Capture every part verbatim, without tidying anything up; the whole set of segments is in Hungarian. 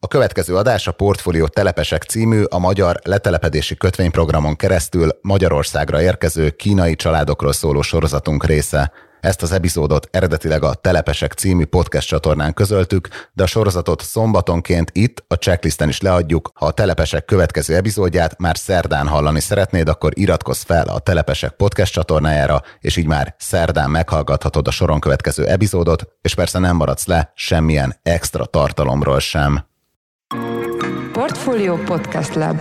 A következő adás a Portfólió Telepesek című, a magyar letelepedési kötvényprogramon keresztül Magyarországra érkező kínai családokról szóló sorozatunk része. Ezt az epizódot eredetileg a Telepesek című podcast csatornán közöltük, de a sorozatot szombatonként itt, a checklisten is leadjuk. Ha a Telepesek következő epizódját már szerdán hallani szeretnéd, akkor iratkozz fel a Telepesek podcast csatornájára, és így már szerdán meghallgathatod a soron következő epizódot, és persze nem maradsz le semmilyen extra tartalomról sem. Portfólió Podcast Lab.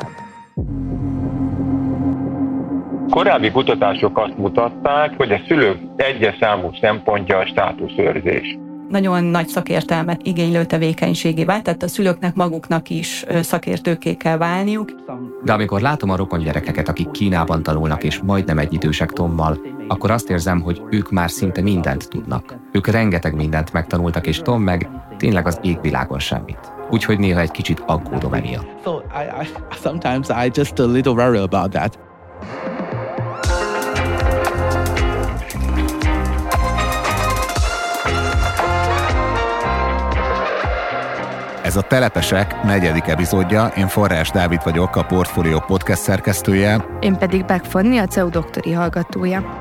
Korábbi kutatások azt mutatták, hogy a szülők egyes számú szempontja a státuszőrzés. Nagyon nagy szakértelmet igénylő tevékenységé vált, tehát a szülőknek maguknak is szakértőkké kell válniuk. De amikor látom a rokon gyerekeket, akik Kínában tanulnak és majdnem egy idősek Tommal, akkor azt érzem, hogy ők már szinte mindent tudnak. Ők rengeteg mindent megtanultak, és Tom meg tényleg az égvilágon semmit. Úgyhogy néha egy kicsit aggódom emiatt. So I, I, sometimes I just a little worry about that. Ez a Telepesek negyedik epizódja, én Forrás Dávid vagyok, a Portfólió podcast szerkesztője. Én pedig Beck Fanni, a cé e u doktori hallgatója.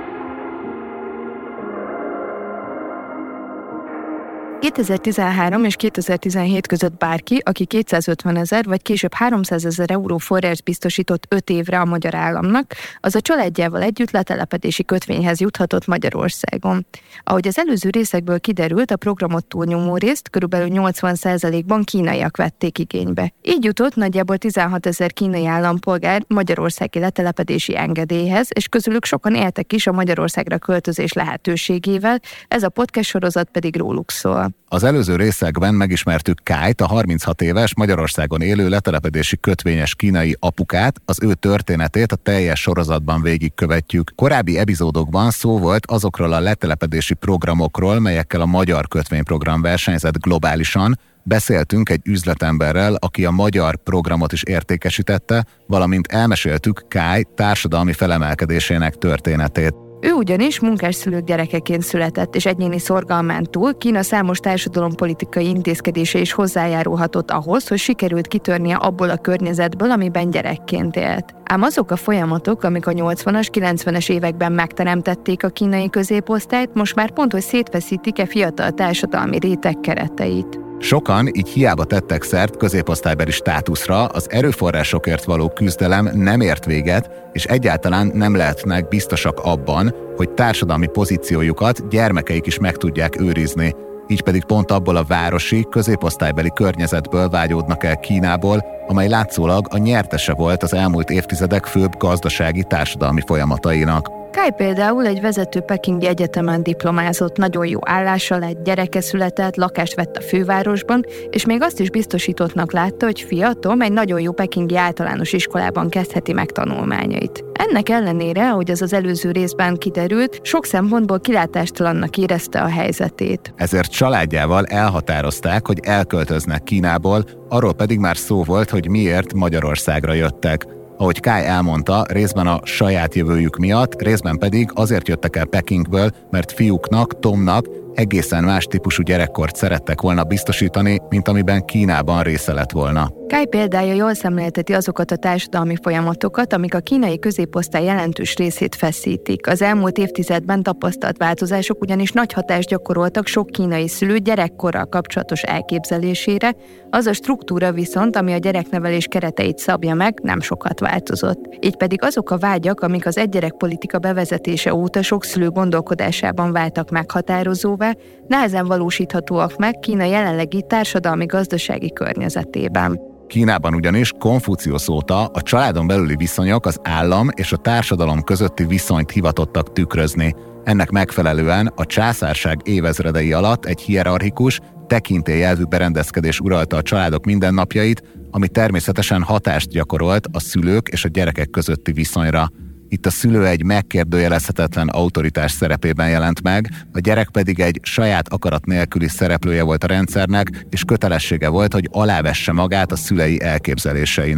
kétezer-tizenhárom és kétezer-tizenhét között bárki, aki kétszázötvenezer vagy később háromszázezer euró forrást biztosított öt évre a magyar államnak, az a családjával együtt letelepedési kötvényhez juthatott Magyarországon. Ahogy az előző részekből kiderült, a programot túlnyomó részt körülbelül nyolcvan százalékban kínaiak vették igénybe. Így jutott nagyjából tizenhatezer kínai állampolgár magyarországi letelepedési engedélyhez, és közülük sokan éltek is a Magyarországra költözés lehetőségével, ez a podcast sorozat pedig róluk szól. Az előző részekben megismertük Kájt, a harminchat éves Magyarországon élő letelepedési kötvényes kínai apukát, az ő történetét a teljes sorozatban végigkövetjük. Korábbi epizódokban szó volt azokról a letelepedési programokról, melyekkel a magyar kötvényprogram versenyzett globálisan. Beszéltünk egy üzletemberrel, aki a magyar programot is értékesítette, valamint elmeséltük Káj társadalmi felemelkedésének történetét. Ő ugyanis munkásszülők gyerekeként született, és egyéni szorgalmán túl Kína számos társadalompolitikai intézkedése is hozzájárulhatott ahhoz, hogy sikerült kitörnie abból a környezetből, amiben gyerekként élt. Ám azok a folyamatok, amik a nyolcvanas, kilencvenes években megteremtették a kínai középosztályt, most már pont, hogy szétfeszítik-e fiatal társadalmi réteg kereteit. Sokan így hiába tettek szert középosztálybeli státuszra, az erőforrásokért való küzdelem nem ért véget, és egyáltalán nem lehetnek biztosak abban, hogy társadalmi pozíciójukat gyermekeik is meg tudják őrizni. Így pedig pont abból a városi, középosztálybeli környezetből vágyódnak el Kínából, amely látszólag a nyertese volt az elmúlt évtizedek főbb gazdasági társadalmi folyamatainak. Káj például egy vezető pekingi egyetemen diplomázott, nagyon jó állása lett, gyereke született, lakást vett a fővárosban, és még azt is biztosítottnak látta, hogy fia Tom egy nagyon jó pekingi általános iskolában kezdheti meg tanulmányait. Ennek ellenére, ahogy az az előző részben kiderült, sok szempontból kilátástalannak érezte a helyzetét. Ezért családjával elhatározták, hogy elköltöznek Kínából, arról pedig már szó volt, hogy miért Magyarországra jöttek. Ahogy Káj elmondta, részben a saját jövőjük miatt, részben pedig azért jöttek el Pekingből, mert fiúknak, Tomnak egészen más típusú gyerekkort szerettek volna biztosítani, mint amiben Kínában része lett volna. Káj példája jól szemlélteti azokat a társadalmi folyamatokat, amik a kínai középosztály jelentős részét feszítik. Az elmúlt évtizedben tapasztalt változások ugyanis nagy hatást gyakoroltak sok kínai szülő gyerekkorral kapcsolatos elképzelésére, az a struktúra viszont, ami a gyereknevelés kereteit szabja meg, nem sokat változott. Így pedig azok a vágyak, amik az egygyerek politika bevezetése óta sok szülő gondolkodásában váltak meghatározóvá, nehezen valósíthatóak meg Kína jelenlegi társadalmi-gazdasági környezetében. Kínában ugyanis Konfuciusz óta a családon belüli viszonyok az állam és a társadalom közötti viszonyt hivatottak tükrözni. Ennek megfelelően a császárság évezredei alatt egy hierarchikus, tekintélyelvű berendezkedés uralta a családok mindennapjait, ami természetesen hatást gyakorolt a szülők és a gyerekek közötti viszonyra. Itt a szülő egy megkérdőjelezhetetlen autoritás szerepében jelent meg, a gyerek pedig egy saját akarat nélküli szereplője volt a rendszernek, és kötelessége volt, hogy alávesse magát a szülei elképzeléseinek.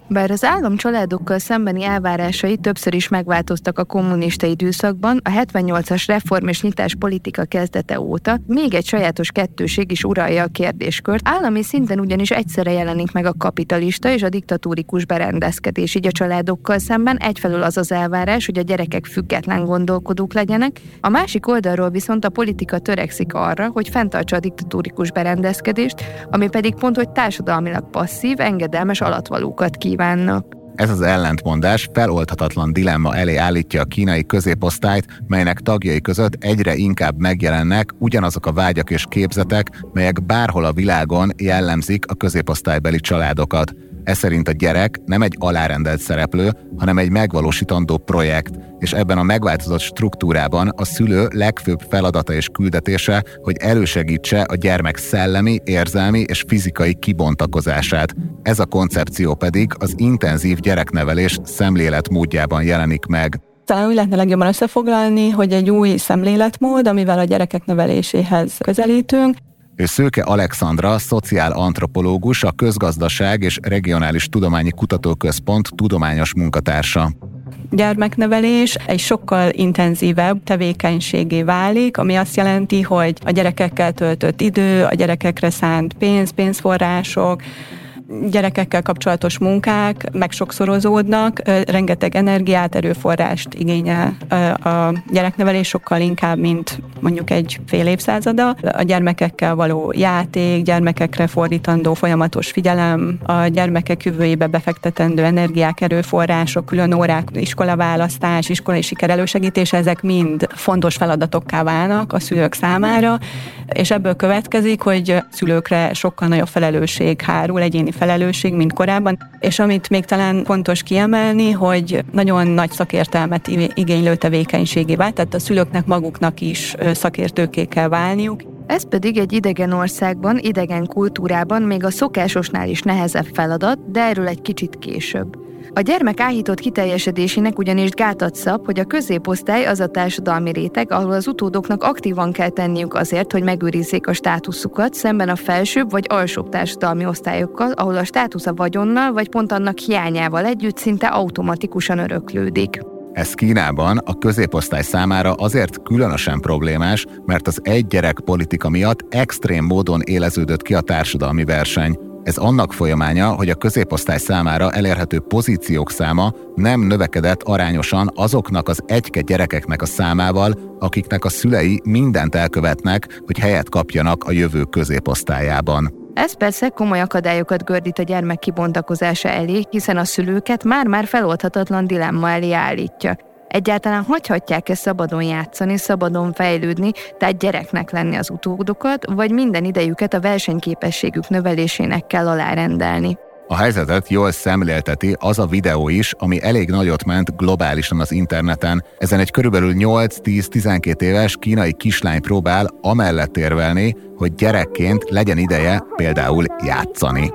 Bár az állam családokkal szembeni elvárásai többször is megváltoztak a kommunista időszakban, a hetvennyolcas reform és nyitás politika kezdete óta még egy sajátos kettőség is uralja a kérdéskört. Állami szinten ugyanis egyszerre jelenik meg a kapitalista és a diktatórikus berendezkedés, így a családokkal szemben egyfelől az az elvárás, hogy a gyerekek független gondolkodók legyenek, a másik oldalról viszont a politika törekszik arra, hogy fenntartsa a diktatórikus berendezkedést, ami pedig pont, hogy társadalmilag passzív, engedelmes alatvalókat kívánnak. Ez az ellentmondás feloldhatatlan dilemma elé állítja a kínai középosztályt, melynek tagjai között egyre inkább megjelennek ugyanazok a vágyak és képzetek, melyek bárhol a világon jellemzik a középosztálybeli családokat. Ez szerint a gyerek nem egy alárendelt szereplő, hanem egy megvalósítandó projekt, és ebben a megváltozott struktúrában a szülő legfőbb feladata és küldetése, hogy elősegítse a gyermek szellemi, érzelmi és fizikai kibontakozását. Ez a koncepció pedig az intenzív gyereknevelés szemléletmódjában jelenik meg. Talán úgy lehetne legjobban összefoglalni, hogy egy új szemléletmód, amivel a gyerekek neveléséhez közelítünk. Ő Szőke Alexandra, szociálantropológus, a Közgazdaság és Regionális Tudományi Kutatóközpont tudományos munkatársa. Gyermeknevelés egy sokkal intenzívebb tevékenységé válik, ami azt jelenti, hogy a gyerekekkel töltött idő, a gyerekekre szánt pénz, pénzforrások, gyerekekkel kapcsolatos munkák megsokszorozódnak, rengeteg energiát, erőforrást igényel a gyereknevelés sokkal inkább, mint mondjuk egy fél évszázada. A gyermekekkel való játék, gyermekekre fordítandó folyamatos figyelem, a gyermekek jövőjébe befektetendő energiák, erőforrások, külön órák, iskolaválasztás, iskolai siker elősegítése, ezek mind fontos feladatokká válnak a szülők számára, és ebből következik, hogy szülőkre sokkal nagyobb felelősség hárul, egyéni felelősség, mint korábban, és amit még talán fontos kiemelni, hogy nagyon nagy szakértelmet igénylő tevékenységé vált, tehát a szülőknek maguknak is szakértőkké kell válniuk. Ez pedig egy idegen országban, idegen kultúrában még a szokásosnál is nehezebb feladat, de erről egy kicsit később. A gyermek áhított kiteljesedésének ugyanis gátat szab, hogy a középosztály az a társadalmi réteg, ahol az utódoknak aktívan kell tenniük azért, hogy megőrizzék a státuszukat, szemben a felsőbb vagy alsóbb társadalmi osztályokkal, ahol a státusz a vagyonnal vagy pont annak hiányával együtt szinte automatikusan öröklődik. Ez Kínában a középosztály számára azért különösen problémás, mert az egy gyerek politika miatt extrém módon éleződött ki a társadalmi verseny. Ez annak folyamánya, hogy a középosztály számára elérhető pozíciók száma nem növekedett arányosan azoknak az egyke gyerekeknek a számával, akiknek a szülei mindent elkövetnek, hogy helyet kapjanak a jövő középosztályában. Ez persze komoly akadályokat gördít a gyermek kibontakozása elé, hiszen a szülőket már-már feloldhatatlan dilemma elé állítja. Egyáltalán hagyhatják-e szabadon játszani, szabadon fejlődni, tehát gyereknek lenni az utódokat, vagy minden idejüket a versenyképességük növelésének kell alárendelni? A helyzetet jól szemlélteti az a videó is, ami elég nagyot ment globálisan az interneten. Ezen egy körülbelül nyolc-tíz-tizenkét éves kínai kislány próbál amellett érvelni, hogy gyerekként legyen ideje például játszani.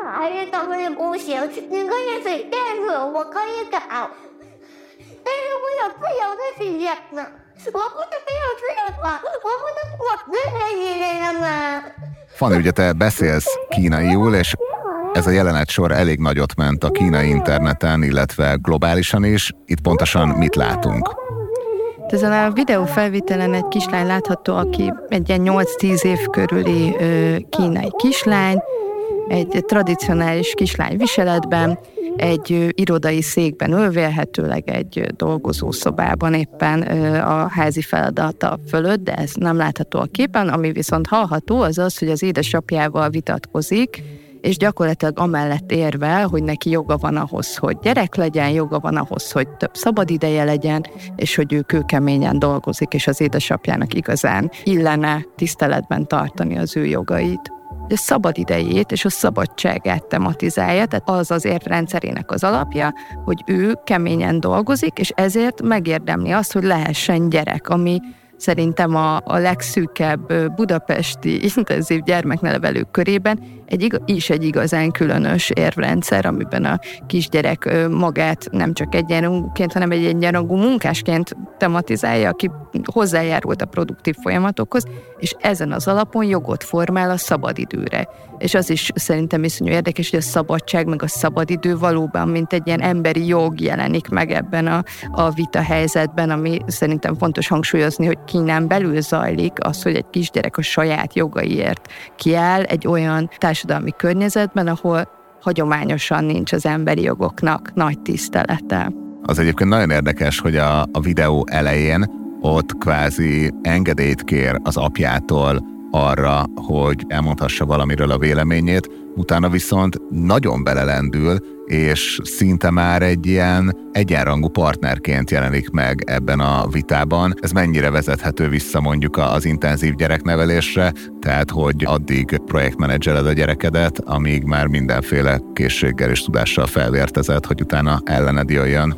Fanny, ugye te beszélsz kínaiul, és ez a jelenet sor elég nagyot ment a kínai interneten, illetve globálisan is. Itt pontosan mit látunk? Ezen a videó felvételen egy kislány látható, aki egy ilyen nyolc-tíz év körüli ö, kínai kislány, egy tradicionális kislány viseletben, egy ö, irodai székben ül, vélhetőleg egy ö, dolgozószobában éppen ö, a házi feladata fölött, de ez nem látható a képen. Ami viszont hallható, az az, hogy az édesapjával vitatkozik, és gyakorlatilag amellett érvel, hogy neki joga van ahhoz, hogy gyerek legyen, joga van ahhoz, hogy több szabadideje legyen, és hogy ő kőkeményen dolgozik, és az édesapjának igazán illene tiszteletben tartani az ő jogait. A szabadidejét és a szabadságát tematizálja, tehát az az érvrendszerének az alapja, hogy ő keményen dolgozik, és ezért megérdemli azt, hogy lehessen gyerek, ami szerintem a, a legszűkebb budapesti intenzív gyermeknevelők körében egy, is egy igazán különös érvrendszer, amiben a kisgyerek magát nem csak egyenrangúként, hanem egy egyenrangú munkásként tematizálja, aki hozzájárult a produktív folyamatokhoz, és ezen az alapon jogot formál a szabadidőre. És az is szerintem iszonyú érdekes, hogy a szabadság meg a szabadidő valóban, mint egy ilyen emberi jog jelenik meg ebben a, a vita helyzetben, ami szerintem fontos hangsúlyozni, hogy Kínán belül zajlik az, hogy egy kisgyerek a saját jogaiért kiáll egy olyan társadalmi környezetben, ahol hagyományosan nincs az emberi jogoknak nagy tisztelete. Az egyébként nagyon érdekes, hogy a, a videó elején ott kvázi engedélyt kér az apjától arra, hogy elmondhassa valamiről a véleményét, utána viszont nagyon belelendül, és szinte már egy ilyen egyenrangú partnerként jelenik meg ebben a vitában. Ez mennyire vezethető vissza mondjuk az intenzív gyereknevelésre, tehát hogy addig projektmenedzseled a gyerekedet, amíg már mindenféle készséggel és tudással felvértezed, hogy utána ellened jöjjön.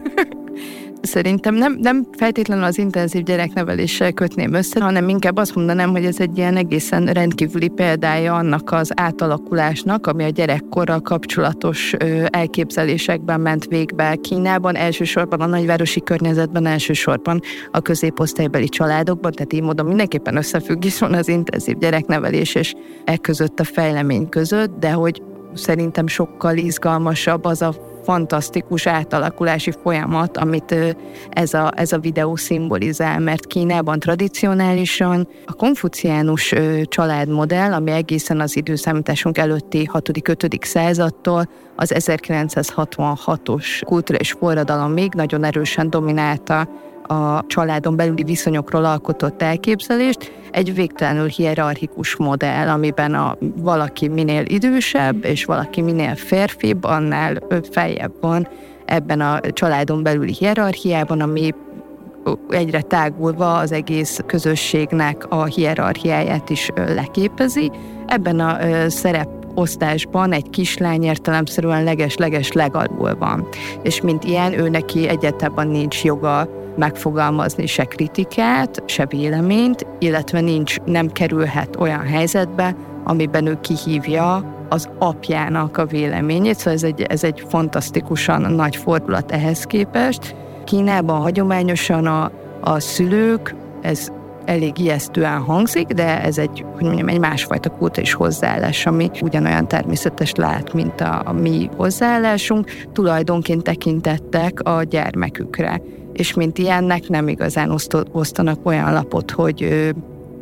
Szerintem nem, nem feltétlenül az intenzív gyerekneveléssel kötném össze, hanem inkább azt mondanám, hogy ez egy ilyen egészen rendkívüli példája annak az átalakulásnak, ami a gyerekkorral kapcsolatos ö, elképzelésekben ment végbe Kínában, elsősorban a nagyvárosi környezetben, elsősorban a középosztálybeli családokban, tehát így módon mindenképpen összefüggés van az intenzív gyereknevelés és e között a fejlemény között, de hogy szerintem sokkal izgalmasabb az a fantasztikus átalakulási folyamat, amit ez a, ez a videó szimbolizál, mert Kínában tradicionálisan a konfuciánus családmodell, ami egészen az időszámításunk előtti hatodik-ötödik századtól az ezerkilencszázhatvanhatos kulturális forradalom még nagyon erősen dominálta a családon belüli viszonyokról alkotott elképzelést, egy végtelenül hierarchikus modell, amiben a, valaki minél idősebb, és valaki minél férfibb, annál feljebb van ebben a családon belüli hierarchiában, ami egyre tágulva az egész közösségnek a hierarchiáját is leképezi. Ebben a szerep osztásban egy kislány értelemszerűen leges-leges legalul van. És mint ilyen, ő neki egyáltalán nincs joga megfogalmazni se kritikát, se véleményt, illetve nincs, nem kerülhet olyan helyzetbe, amiben ő kihívja az apjának a véleményét, szóval ez egy, ez egy fantasztikusan nagy fordulat ehhez képest. Kínában hagyományosan a, a szülők, ez elég ijesztően hangzik, de ez egy, hogy mondjam, egy másfajta kulturális hozzáállás, ami ugyanolyan természetes lát, mint a, a mi hozzáállásunk, tulajdonként tekintettek a gyermekükre. És mint ilyennek nem igazán osztanak olyan lapot, hogy ő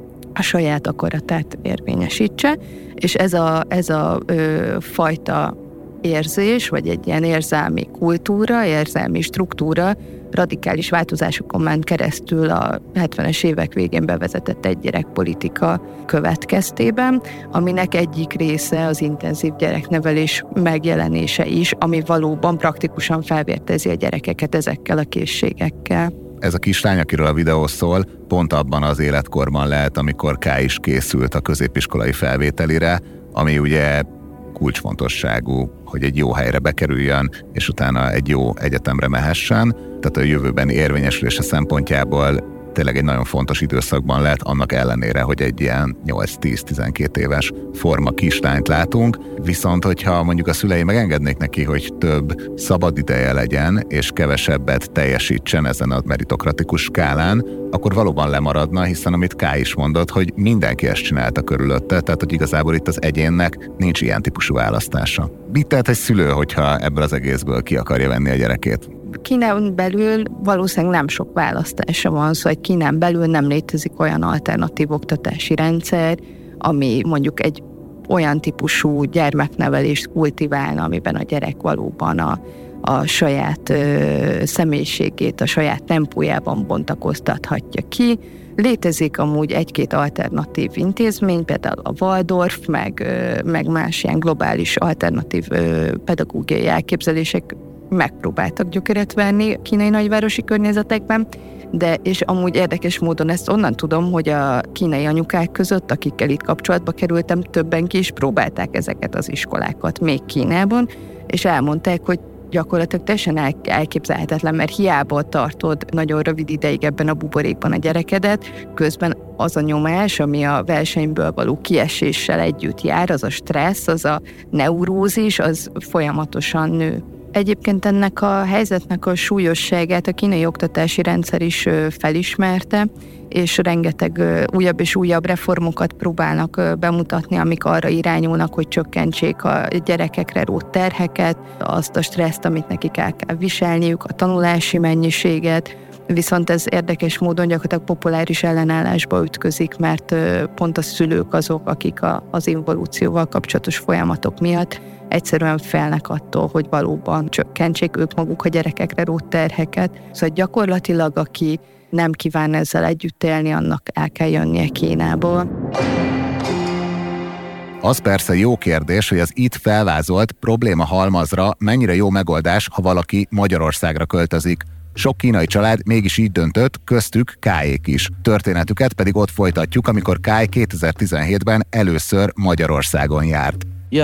a saját akaratát érvényesítse, és ez a, ez a ö, fajta érzés, vagy egy ilyen érzelmi kultúra, érzelmi struktúra radikális változásokon ment keresztül a hetvenes évek végén bevezetett egygyerekpolitika következtében, aminek egyik része az intenzív gyereknevelés megjelenése is, ami valóban praktikusan felvértezi a gyerekeket ezekkel a készségekkel. Ez a kislány, akiről a videó szól, pont abban az életkorban lehet, amikor K is készült a középiskolai felvételire, ami ugye kulcsfontosságú, hogy egy jó helyre bekerüljön, és utána egy jó egyetemre mehessen. Tehát a jövőben érvényesülése szempontjából tényleg egy nagyon fontos időszakban lehet, annak ellenére, hogy egy ilyen nyolc-tíz-tizenkét éves forma kislányt látunk. Viszont, hogyha mondjuk a szülei megengednék neki, hogy több szabad ideje legyen, és kevesebbet teljesítsen ezen a meritokratikus skálán, akkor valóban lemaradna, hiszen amit K is mondott, hogy mindenki ezt csinálta körülötte, tehát hogy igazából itt az egyénnek nincs ilyen típusú választása. Mit tehet egy szülő, hogyha ebből az egészből ki akarja venni a gyerekét? Kínán belül valószínűleg nem sok választása van, szóval Kínán belül nem létezik olyan alternatív oktatási rendszer, ami mondjuk egy olyan típusú gyermeknevelést kultiválna, amiben a gyerek valóban a, a saját ö, személyiségét, a saját tempójában bontakoztathatja ki. Létezik amúgy egy-két alternatív intézmény, például a Waldorf, meg, ö, meg más ilyen globális alternatív ö, pedagógiai elképzelések megpróbáltak gyökeret verni a kínai nagyvárosi környezetekben, de és amúgy érdekes módon ezt onnan tudom, hogy a kínai anyukák között, akikkel itt kapcsolatba kerültem, többen ki is próbálták ezeket az iskolákat még Kínában, és elmondták, hogy Gyakorlatilag teljesen el- elképzelhetetlen, mert hiába tartod nagyon rövid ideig ebben a buborékban a gyerekedet, közben az a nyomás, ami a versenyből való kieséssel együtt jár, az a stressz, az a neurózis, az folyamatosan nő. Egyébként ennek a helyzetnek a súlyosságát a kínai oktatási rendszer is felismerte, és rengeteg újabb és újabb reformokat próbálnak bemutatni, amik arra irányulnak, hogy csökkentsék a gyerekekre rótt terheket, azt a stresszt, amit nekik el kell viselniük, a tanulási mennyiséget, viszont ez érdekes módon gyakorlatilag populáris ellenállásba ütközik, mert pont a szülők azok, akik a, az evolúcióval kapcsolatos folyamatok miatt egyszerűen félnek attól, hogy valóban csökkentsék ők maguk a gyerekekre rótt terheket. Szóval gyakorlatilag, aki nem kíván ezzel együtt élni, annak el kell jönnie Kínából. Az persze jó kérdés, hogy az itt felvázolt probléma halmazra mennyire jó megoldás, ha valaki Magyarországra költözik. Sok kínai család mégis így döntött, köztük Kályék is. Történetüket pedig ott folytatjuk, amikor Kály kétezer-tizenhétben először Magyarországon járt.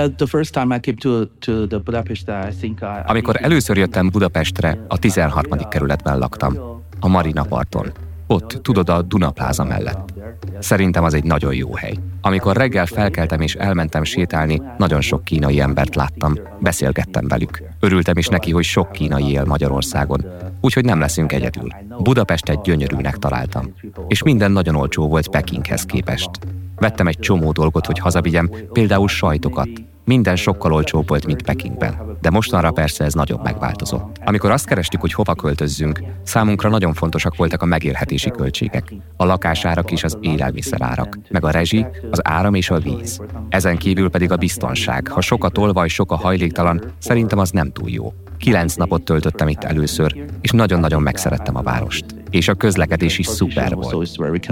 Amikor először jöttem Budapestre, a tizenharmadik kerületben laktam, a Marina parton. Ott, tudod, a Duna pláza mellett. Szerintem az egy nagyon jó hely. Amikor reggel felkeltem és elmentem sétálni, nagyon sok kínai embert láttam, beszélgettem velük. Örültem is neki, hogy sok kínai él Magyarországon, úgyhogy nem leszünk egyedül. Budapestet gyönyörűnek találtam, és minden nagyon olcsó volt Pekinghez képest. Vettem egy csomó dolgot, hogy hazavigyem, például sajtokat. Minden sokkal olcsóbb volt, mint Pekingben. De mostanra persze ez nagyon megváltozott. Amikor azt kerestük, hogy hova költözzünk, számunkra nagyon fontosak voltak a megélhetési költségek. A lakásárak és az élelmiszerárak, meg a rezsi, az áram és a víz. Ezen kívül pedig a biztonság. Ha sok a tolvaj, sok a hajléktalan, szerintem az nem túl jó. Kilenc napot töltöttem itt először, és nagyon-nagyon megszerettem a várost. És a közlekedés is szuper volt.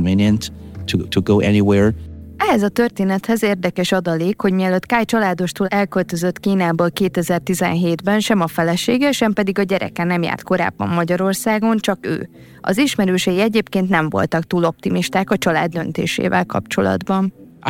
Ehhez a történethez érdekes adalék, hogy mielőtt Kály családostól elköltözött Kínából kétezer-tizenhétben, sem a felesége, sem pedig a gyereke nem járt korábban Magyarországon, csak ő. Az ismerősei egyébként nem voltak túl optimisták a család döntésével kapcsolatban.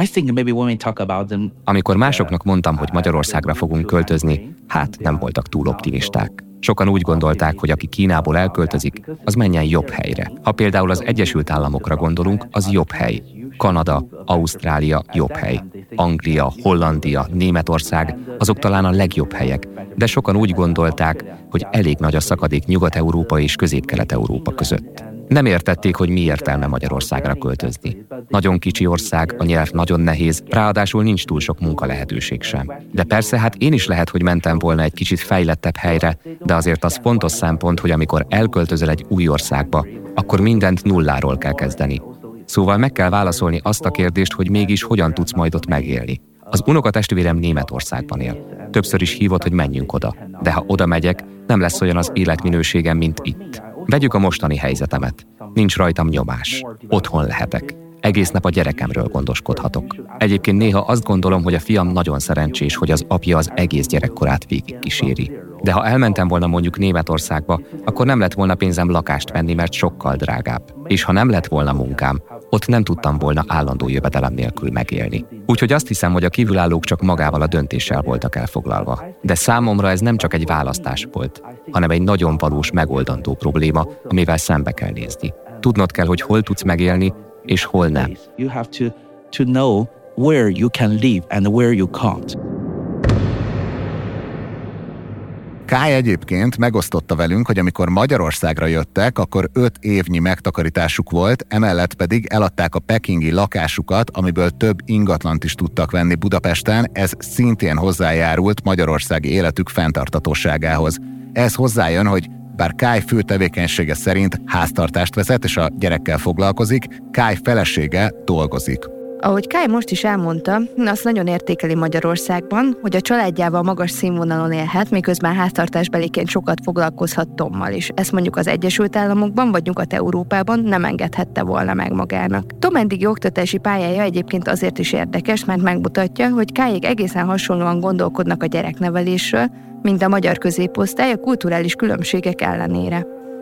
Amikor másoknak mondtam, hogy Magyarországra fogunk költözni, hát nem voltak túl optimisták. Sokan úgy gondolták, hogy aki Kínából elköltözik, az menjen jobb helyre. Ha például az Egyesült Államokra gondolunk, az jobb hely. Kanada, Ausztrália jobb hely. Anglia, Hollandia, Németország, azok talán a legjobb helyek. De sokan úgy gondolták, hogy elég nagy a szakadék Nyugat-Európa és Közép-Kelet-Európa között. Nem értették, hogy mi értelme Magyarországra költözni. Nagyon kicsi ország, a nyelv nagyon nehéz, ráadásul nincs túl sok munka lehetőség sem. De persze, hát én is lehet, hogy mentem volna egy kicsit fejlettebb helyre, de azért az fontos szempont, hogy amikor elköltözöl egy új országba, akkor mindent nulláról kell kezdeni. Szóval meg kell válaszolni azt a kérdést, hogy mégis hogyan tudsz majd ott megélni. Az unokatestvérem Németországban él. Többször is hívott, hogy menjünk oda. De ha oda megyek, nem lesz olyan az életminőségem, mint itt. Vegyük a mostani helyzetemet. Nincs rajtam nyomás. Otthon lehetek. Egész nap a gyerekemről gondoskodhatok. Egyébként néha azt gondolom, hogy a fiam nagyon szerencsés, hogy az apja az egész gyerekkorát végig kíséri. De ha elmentem volna mondjuk Németországba, akkor nem lett volna pénzem lakást venni, mert sokkal drágább. És ha nem lett volna munkám, ott nem tudtam volna állandó jövedelem nélkül megélni. Úgyhogy azt hiszem, hogy a kívülállók csak magával a döntéssel voltak elfoglalva. De számomra ez nem csak egy választás volt, hanem egy nagyon valós megoldandó probléma, amivel szembe kell nézni. Tudnod kell, hogy hol tudsz megélni, és hol nem. You have to, to know where you can live and where you can't. Kály egyébként megosztotta velünk, hogy amikor Magyarországra jöttek, akkor öt évnyi megtakarításuk volt, emellett pedig eladták a pekingi lakásukat, amiből több ingatlant is tudtak venni Budapesten, ez szintén hozzájárult magyarországi életük fenntarthatóságához. Ez hozzájön, hogy bár Kály fő tevékenysége szerint háztartást vezet és a gyerekkel foglalkozik, Kály felesége dolgozik. Ahogy Kály most is elmondta, azt nagyon értékeli Magyarországban, hogy a családjával magas színvonalon élhet, miközben háztartásbeliként sokat foglalkozhat Tommal is. Ezt mondjuk az Egyesült Államokban vagy Nyugat-Európában nem engedhette volna meg magának. Tom eddigi oktatási pályája egyébként azért is érdekes, mert megmutatja, hogy Kályék egészen hasonlóan gondolkodnak a gyereknevelésről, mint a magyar középosztály a kulturális különbségek ellenére.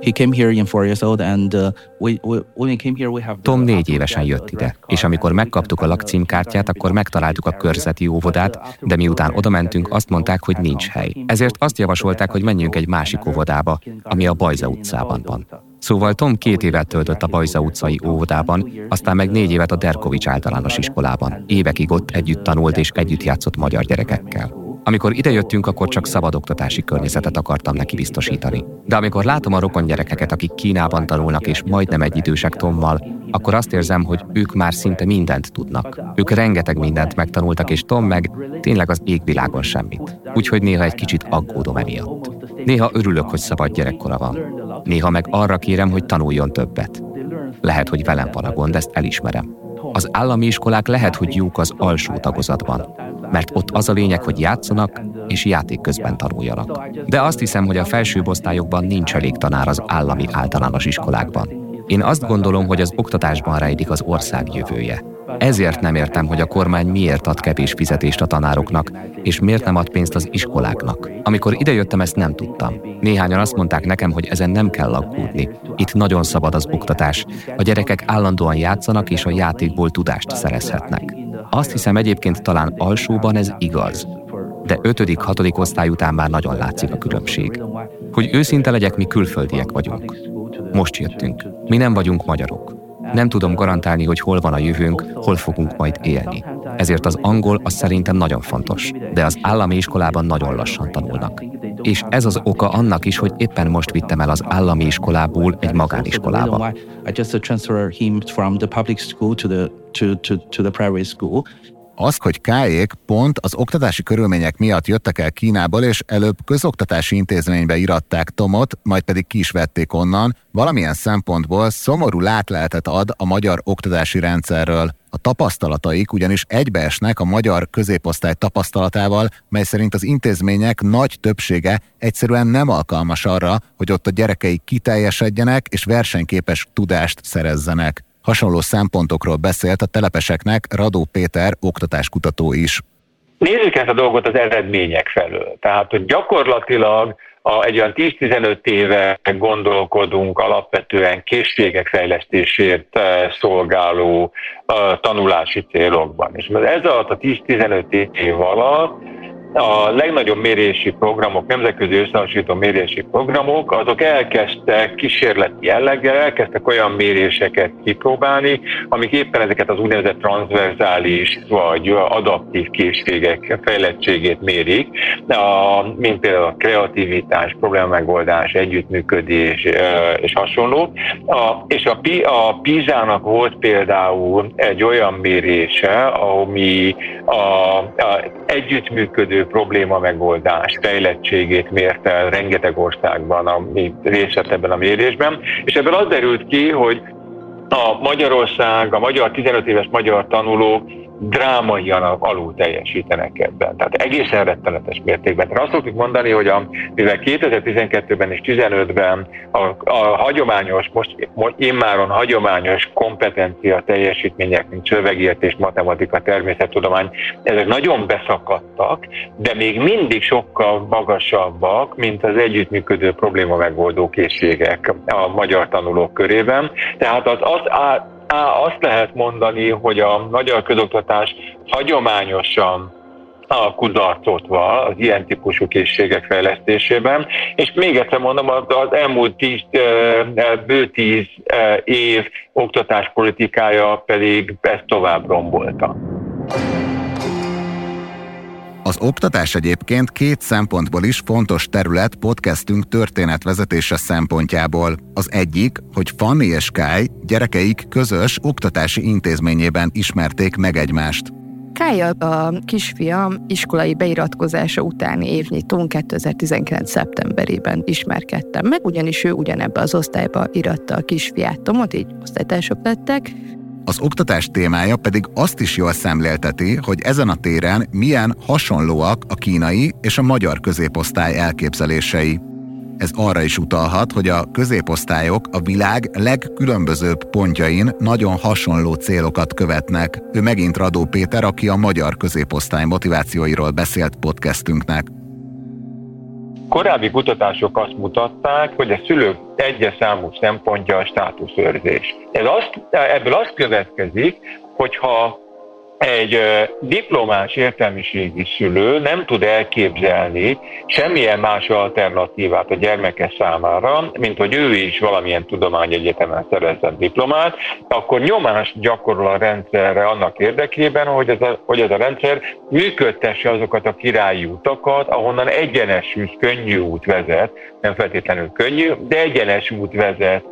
He came here in four years old, and uh, we, we, when he came here, we have. Tom négy évesen jött ide, és amikor megkaptuk a lakcímkártyát, akkor megtaláltuk a körzeti óvodát, de miután oda mentünk, azt mondták, hogy nincs hely. Ezért azt javasolták, hogy menjünk egy másik óvodába, ami a Bajza utcában van. Szóval Tom két évet töltött a Bajza utcai óvodában, aztán meg négy évet a Derkovics általános iskolában. Évekig ott együtt tanult és együtt játszott magyar gyerekekkel. Amikor idejöttünk, akkor csak szabad oktatási környezetet akartam neki biztosítani. De amikor látom a rokon gyerekeket, akik Kínában tanulnak és majdnem egyidősek Tommal, akkor azt érzem, hogy ők már szinte mindent tudnak. Ők rengeteg mindent megtanultak, és Tom meg tényleg az égvilágon semmit. Úgyhogy néha egy kicsit aggódom emiatt. Néha örülök, hogy szabad gyerekkora van. Néha meg arra kérem, hogy tanuljon többet. Lehet, hogy velem van a gond, ezt elismerem. Az állami iskolák lehet, hogy jók az alsó tagozatban, mert ott az a lényeg, hogy játszanak és játék közben tanuljanak. De azt hiszem, hogy a felsőbb osztályokban nincs elég tanár az állami általános iskolákban. Én azt gondolom, hogy az oktatásban rejlik az ország jövője. Ezért nem értem, hogy a kormány miért ad kevés fizetést a tanároknak, és miért nem ad pénzt az iskoláknak. Amikor idejöttem, ezt nem tudtam. Néhányan azt mondták nekem, hogy ezen nem kell aggódni. Itt nagyon szabad az oktatás. A gyerekek állandóan játszanak, és a játékból tudást szerezhetnek. Azt hiszem egyébként talán alsóban ez igaz. De ötödik, hatodik osztály után már nagyon látszik a különbség. Hogy őszinte legyek, mi külföldiek vagyunk. Most jöttünk. Mi nem vagyunk magyarok. Nem tudom garantálni, hogy hol van a jövőnk, hol fogunk majd élni. Ezért az angol az szerintem nagyon fontos, de az állami iskolában nagyon lassan tanulnak. És ez az oka annak is, hogy éppen most vittem el az állami iskolából egy magániskolába. Az, hogy Kályék pont az oktatási körülmények miatt jöttek el Kínából, és előbb közoktatási intézménybe iratták Tomot, majd pedig ki is vették onnan, valamilyen szempontból szomorú látleletet ad a magyar oktatási rendszerről. A tapasztalataik ugyanis egybeesnek a magyar középosztály tapasztalatával, mely szerint az intézmények nagy többsége egyszerűen nem alkalmas arra, hogy ott a gyerekeik kiteljesedjenek és versenyképes tudást szerezzenek. Hasonló szempontokról beszélt a telepeseknek Radó Péter oktatáskutató is. Nézzük ezt a dolgot az eredmények felől. Tehát, hogy gyakorlatilag a, egy olyan tíz-tizenöt éve gondolkodunk alapvetően készségek fejlesztésért szolgáló uh, tanulási célokban. És ez alatt a tíz-tizenöt év alatt a legnagyobb mérési programok, nemzetközi összehasonlító mérési programok, azok elkezdtek kísérleti jelleggel, elkezdtek olyan méréseket kipróbálni, amik éppen ezeket az úgynevezett transzverzális vagy adaptív készségek fejlettségét mérik, mint például a kreativitás, problémamegoldás, együttműködés és hasonló. És a PISA-nak volt például egy olyan mérése, ami a együttműködő probléma megoldás fejlettségét mért el rengeteg országban, ami részt vett ebben a mérésben, és ebből az derült ki, hogy a Magyarország, a magyar tizenöt éves magyar tanulók drámaian alul teljesítenek ebben. Tehát egészen rettenetes mértékben. Tehát azt szoktuk mondani, hogy a, mivel kétezer-tizenkettőben és tizenötben a, a hagyományos, most, most immáron hagyományos kompetencia teljesítmények, mint szövegértés, matematika, természettudomány, ezek nagyon beszakadtak, de még mindig sokkal magasabbak, mint az együttműködő probléma megoldó készségek a magyar tanulók körében. Tehát az, az á, azt lehet mondani, hogy a magyar közoktatás hagyományosan a kudarcot van az ilyen típusú készségek fejlesztésében, és még egyszer mondom, az elmúlt tíz, bő tíz év oktatáspolitikája pedig ezt tovább rombolta. Az oktatás egyébként két szempontból is fontos terület podcastünk történetvezetése szempontjából. Az egyik, hogy Fanni és Kály gyerekeik közös oktatási intézményében ismerték meg egymást. Kály a kisfiam iskolai beiratkozása utáni évnyitón kétezer-tizenkilenc. szeptemberében ismerkedtem meg, ugyanis ő ugyanebbe az osztályba iratta a kisfiát Tomot, így osztálytársak lettek. Az oktatás témája pedig azt is jól szemlélteti, hogy ezen a téren milyen hasonlóak a kínai és a magyar középosztály elképzelései. Ez arra is utalhat, hogy a középosztályok a világ legkülönbözőbb pontjain nagyon hasonló célokat követnek. Ő megint Radó Péter, aki a magyar középosztály motivációiról beszélt podcastünknek. korábbi kutatások azt mutatták, hogy a szülők egyes számú szempontja a státuszőrzés. Ez azt, ebből azt következik, hogyha egy diplomás értelmiségi szülő nem tud elképzelni semmilyen más alternatívát a gyermeke számára, mint hogy ő is valamilyen tudományegyetemen szerezzen diplomát, akkor nyomást gyakorol a rendszerre annak érdekében, hogy ez a, hogy ez a rendszer működtesse azokat a királyi utakat, ahonnan egyenes út, könnyű út vezet, nem feltétlenül könnyű, de egyenes út vezet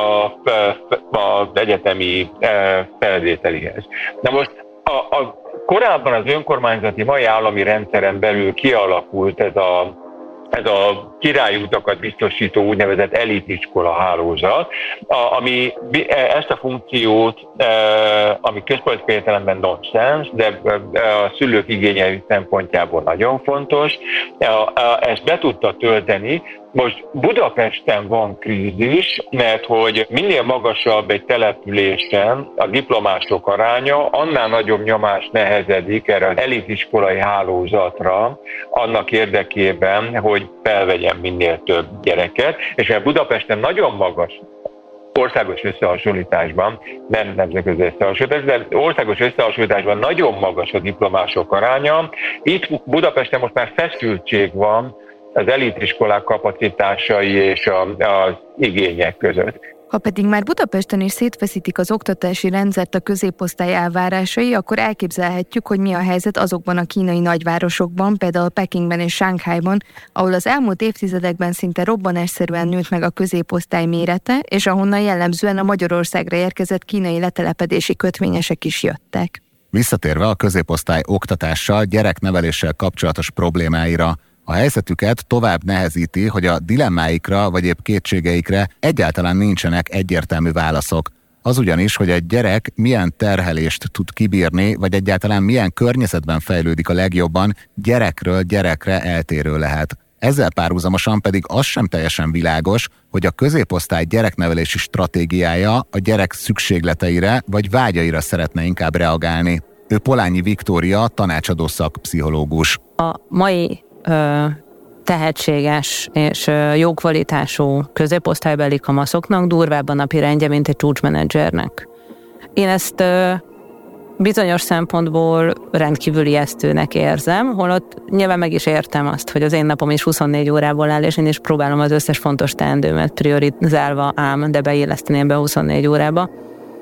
az egyetemi felvételihez. Na most A, a, korábban az önkormányzati, mai állami rendszeren belül kialakult ez a, ez a királyi utakat biztosító úgynevezett elitiskola hálózat, a, ami ezt a funkciót, e, ami közpolitikai értelemben nonsens, de a szülők igényei szempontjából nagyon fontos, e, e, ezt be tudta tölteni. Most Budapesten van krízis, mert hogy minél magasabb egy településen a diplomások aránya, annál nagyobb nyomás nehezedik erre az elitiskolai hálózatra, annak érdekében, hogy felvegyen minél több gyereket, és mert Budapesten nagyon magas országos összehasonlításban, nem nemzetközi összehasonlításban, de országos összehasonlításban nagyon magas a diplomások aránya. Itt Budapesten most már feszültség van az elitiskolák kapacitásai és az igények között. Ha pedig már Budapesten is szétfeszítik az oktatási rendszert a középosztály elvárásai, akkor elképzelhetjük, hogy mi a helyzet azokban a kínai nagyvárosokban, például Pekingben és Shanghaiban, ahol az elmúlt évtizedekben szinte robbanásszerűen nőtt meg a középosztály mérete, és ahonnan jellemzően a Magyarországra érkezett kínai letelepedési kötvényesek is jöttek. Visszatérve a középosztály oktatással, gyerekneveléssel kapcsolatos problémáira, a helyzetüket tovább nehezíti, hogy a dilemmáikra vagy épp kétségeikre egyáltalán nincsenek egyértelmű válaszok. Az ugyanis, hogy egy gyerek milyen terhelést tud kibírni, vagy egyáltalán milyen környezetben fejlődik a legjobban, gyerekről gyerekre eltérő lehet. Ezzel párhuzamosan pedig az sem teljesen világos, hogy a középosztály gyereknevelési stratégiája a gyerek szükségleteire vagy vágyaira szeretne inkább reagálni. Ő Polányi Viktória, tanácsadó szakpszichológus. A mai ö, tehetséges és ö, jó kvalitású középosztálybeli kamaszoknak durvább a napi rendje, mint egy csúcsmenedzsernek. Én ezt ö, bizonyos szempontból rendkívül ijesztőnek érzem, holott nyilván meg is értem azt, hogy az én napom is huszonnégy órából áll, és én is próbálom az összes fontos teendőmet priorizálva ám, de beilleszteni ebbe a huszonnégy órába.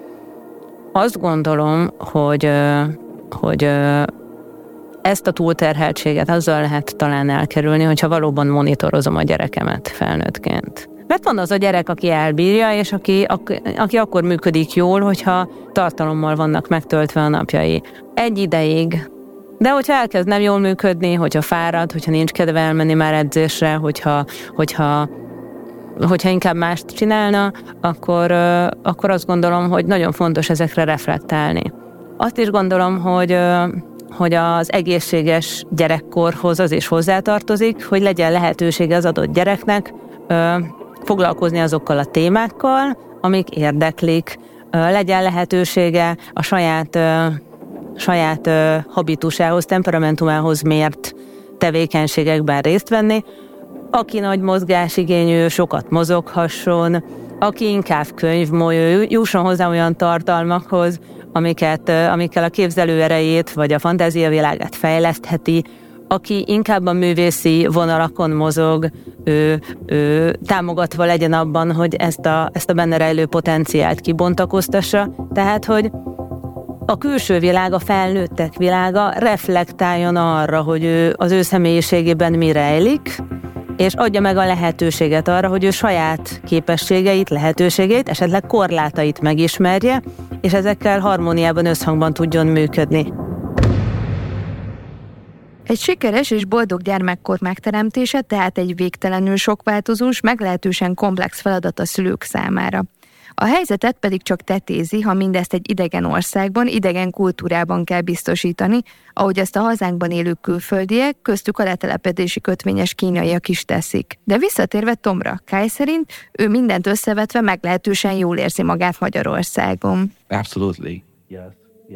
Azt gondolom, hogy, hogy ezt a túlterheltséget azzal lehet talán elkerülni, hogyha valóban monitorozom a gyerekemet felnőttként. Mert van az a gyerek, aki elbírja, és aki, aki akkor működik jól, hogyha tartalommal vannak megtöltve a napjai. Egy ideig. De hogyha elkezd nem jól működni, hogyha fárad, hogyha nincs kedve elmenni már edzésre, hogyha, hogyha, hogyha inkább mást csinálna, akkor, akkor azt gondolom, hogy nagyon fontos ezekre reflektálni. Azt is gondolom, hogy, hogy az egészséges gyerekkorhoz az is hozzátartozik, hogy legyen lehetősége az adott gyereknek foglalkozni azokkal a témákkal, amik érdeklik, legyen lehetősége a saját, saját habitusához, temperamentumához mért tevékenységekben részt venni. Aki nagy mozgásigényű, sokat mozoghasson, aki inkább könyvmolyó, jusson hozzá olyan tartalmakhoz, amiket, amikkel a képzelőerejét vagy a fantáziavilágát fejlesztheti, aki inkább a művészi vonalakon mozog, ő, ő támogatva legyen abban, hogy ezt a, ezt a benne rejlő potenciált kibontakoztassa. Tehát, hogy a külső világ, a felnőttek világa reflektáljon arra, hogy ő, az ő személyiségében mi rejlik, és adja meg a lehetőséget arra, hogy ő saját képességeit, lehetőségeit, esetleg korlátait megismerje, és ezekkel harmóniában, összhangban tudjon működni. Egy sikeres és boldog gyermekkor megteremtése tehát egy végtelenül sokváltozós, meglehetősen komplex feladat a szülők számára. A helyzetet pedig csak tetézi, ha mindezt egy idegen országban, idegen kultúrában kell biztosítani, ahogy ezt a hazánkban élő külföldiek, köztük a letelepedési kötvényes kínaiak is teszik. De visszatérve Tomra, Kai szerint ő mindent összevetve meglehetősen jól érzi magát Magyarországon. Absolutely. Yes, yes.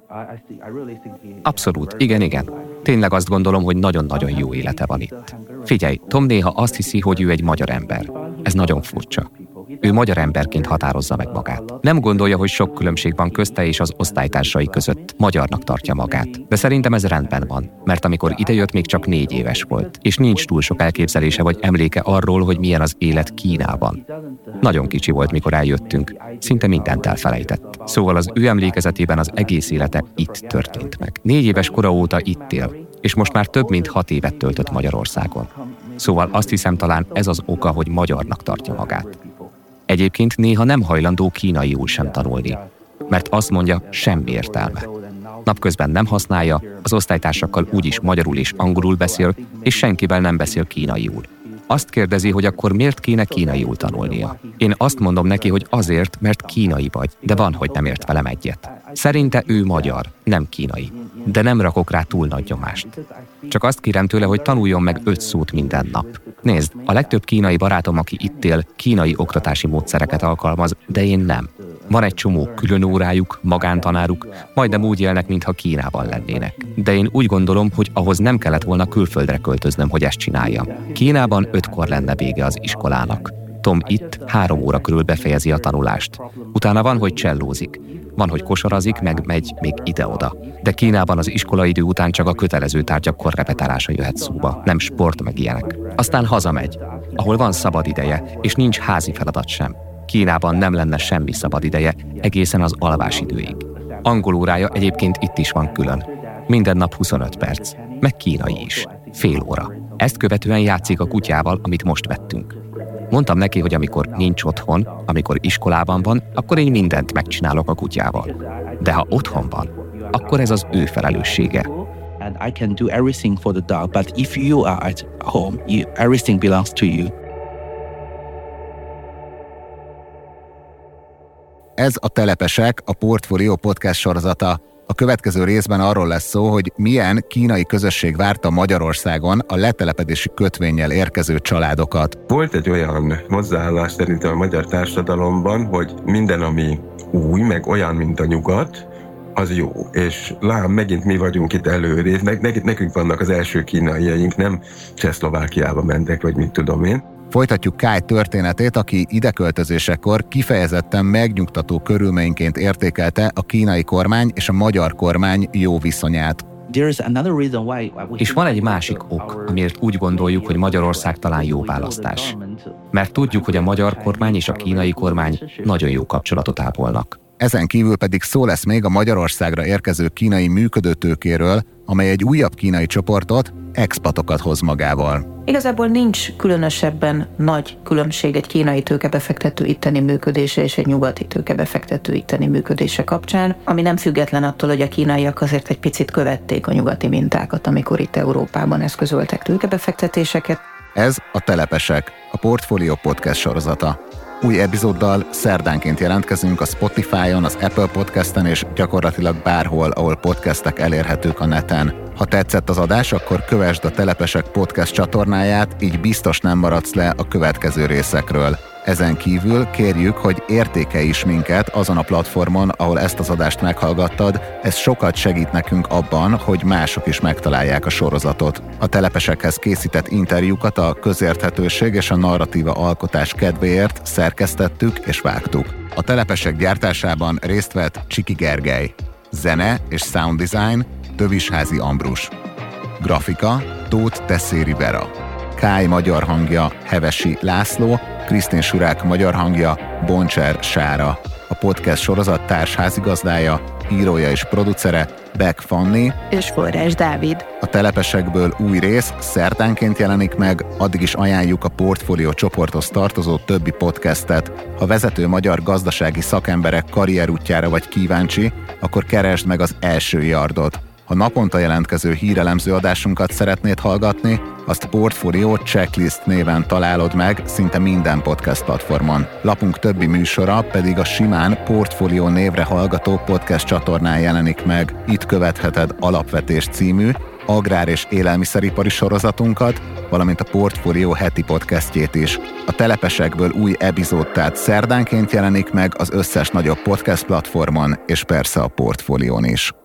Abszolút, igen, igen. Tényleg azt gondolom, hogy nagyon-nagyon jó élete van itt. Figyelj, Tom néha azt hiszi, hogy ő egy magyar ember. Ez nagyon furcsa. Ő magyar emberként határozza meg magát. Nem gondolja, hogy sok különbség van közte és az osztálytársai között. Magyarnak tartja magát. De szerintem ez rendben van, mert amikor idejött, még csak négy éves volt, és nincs túl sok elképzelése vagy emléke arról, hogy milyen az élet Kínában. Nagyon kicsi volt, mikor eljöttünk. Szinte mindent elfelejtett. Szóval az ő emlékezetében az egész élete itt történt meg. Négy éves kora óta itt él, és most már több mint hat évet töltött Magyarországon. Szóval azt hiszem, talán ez az oka, hogy magyarnak tartja magát. Egyébként néha nem hajlandó kínaiul sem tanulni, mert azt mondja, semmi értelme. Napközben nem használja, az osztálytársakkal úgyis magyarul és angolul beszél, és senkivel nem beszél kínaiul. Azt kérdezi, hogy akkor miért kéne kínaiul tanulnia. Én azt mondom neki, hogy azért, mert kínai vagy, de van, hogy nem ért velem egyet. Szerinte ő magyar, nem kínai, de nem rakok rá túl nagy nyomást. Csak azt kérem tőle, hogy tanuljon meg öt szót minden nap. Nézd, a legtöbb kínai barátom, aki itt él, kínai oktatási módszereket alkalmaz, de én nem. Van egy csomó külön órájuk, magántanáruk, majdnem úgy élnek, mintha Kínában lennének. De én úgy gondolom, hogy ahhoz nem kellett volna külföldre költöznöm, hogy ezt csináljam. Kínában ötkor lenne vége az iskolának. Tom itt három óra körül befejezi a tanulást. Utána van, hogy csellózik. Van, hogy kosarazik, meg megy még ide-oda. De Kínában az iskolaidő után csak a kötelező tárgyak korrepetálása jöhet szóba, nem sport meg ilyenek. Aztán hazamegy, ahol van szabad ideje, és nincs házi feladat sem. Kínában nem lenne semmi szabad ideje, egészen az alvásidőig. Angol órája egyébként itt is van külön. Minden nap huszonöt perc, meg kínai is. Fél óra. Ezt követően játszik a kutyával, amit most vettünk. Mondtam neki, hogy amikor nincs otthon, amikor iskolában van, akkor én mindent megcsinálok a kutyával. De ha otthon van, akkor ez az ő felelőssége. And I can do everything for the dog, but if you are at home, you, everything belongs to you. Ez a Telepesek, a Portfolio podcast sorozata. A következő részben arról lesz szó, hogy milyen kínai közösség várta Magyarországon a letelepedési kötvényel érkező családokat. Volt egy olyan hozzáállás szerintem a magyar társadalomban, hogy minden, ami új, meg olyan, mint a nyugat, az jó. És lám, megint mi vagyunk itt előrébb, meg, nekünk vannak az első kínaiaink, nem Csehszlovákiába mentek, vagy mit tudom én. Folytatjuk Kai történetét, aki ideköltözésekor kifejezetten megnyugtató körülményként értékelte a kínai kormány és a magyar kormány jó viszonyát. És van egy másik ok, amiért úgy gondoljuk, hogy Magyarország talán jó választás. Mert tudjuk, hogy a magyar kormány és a kínai kormány nagyon jó kapcsolatot ápolnak. Ezen kívül pedig szó lesz még a Magyarországra érkező kínai működőtőkéről, amely egy újabb kínai csoportot, expatokat hoz magával. Igazából nincs különösebben nagy különbség egy kínai tőkebefektető itteni működése és egy nyugati tőkebefektető itteni működése kapcsán, ami nem független attól, hogy a kínaiak azért egy picit követték a nyugati mintákat, amikor itt Európában eszközöltek tőkebefektetéseket. Ez a Telepesek, a Portfolio podcast sorozata. Új epizóddal szerdánként jelentkezünk a Spotify-on, az Apple Podcasten és gyakorlatilag bárhol, ahol podcastek elérhetők a neten. Ha tetszett az adás, akkor kövesd a Telepesek podcast csatornáját, így biztos nem maradsz le a következő részekről. Ezen kívül kérjük, hogy értékelj is minket azon a platformon, ahol ezt az adást meghallgattad, ez sokat segít nekünk abban, hogy mások is megtalálják a sorozatot. A Telepesekhez készített interjúkat a közérthetőség és a narratíva alkotás kedvéért szerkesztettük és vágtuk. A Telepesek gyártásában részt vett Csiki Gergely. Zene és sound design Tövisházi Ambrus. Grafika Tóth Tesszéri Vera. Kai magyar hangja Hevesi László, Krisztin Surák magyar hangja Boncser Sára. A podcast sorozat társházigazdája, írója és producere Beck Fanni és Forrás Dávid. A Telepesekből új rész szerdánként jelenik meg, addig is ajánljuk a Portfolio csoporthoz tartozó többi podcastet. Ha vezető magyar gazdasági szakemberek karrierútjára vagy kíváncsi, akkor keresd meg az Első Yardot. Ha naponta jelentkező hírelemző adásunkat szeretnéd hallgatni, azt Portfolio Checklist néven találod meg szinte minden podcast platformon. Lapunk többi műsora pedig a simán Portfolio névre hallgató podcast csatornán jelenik meg. Itt követheted Alapvetés című agrár- és élelmiszeripari sorozatunkat, valamint a Portfolio heti podcastjét is. A Telepesekből új epizód tehát szerdánként jelenik meg az összes nagyobb podcast platformon, és persze a Portfolión is.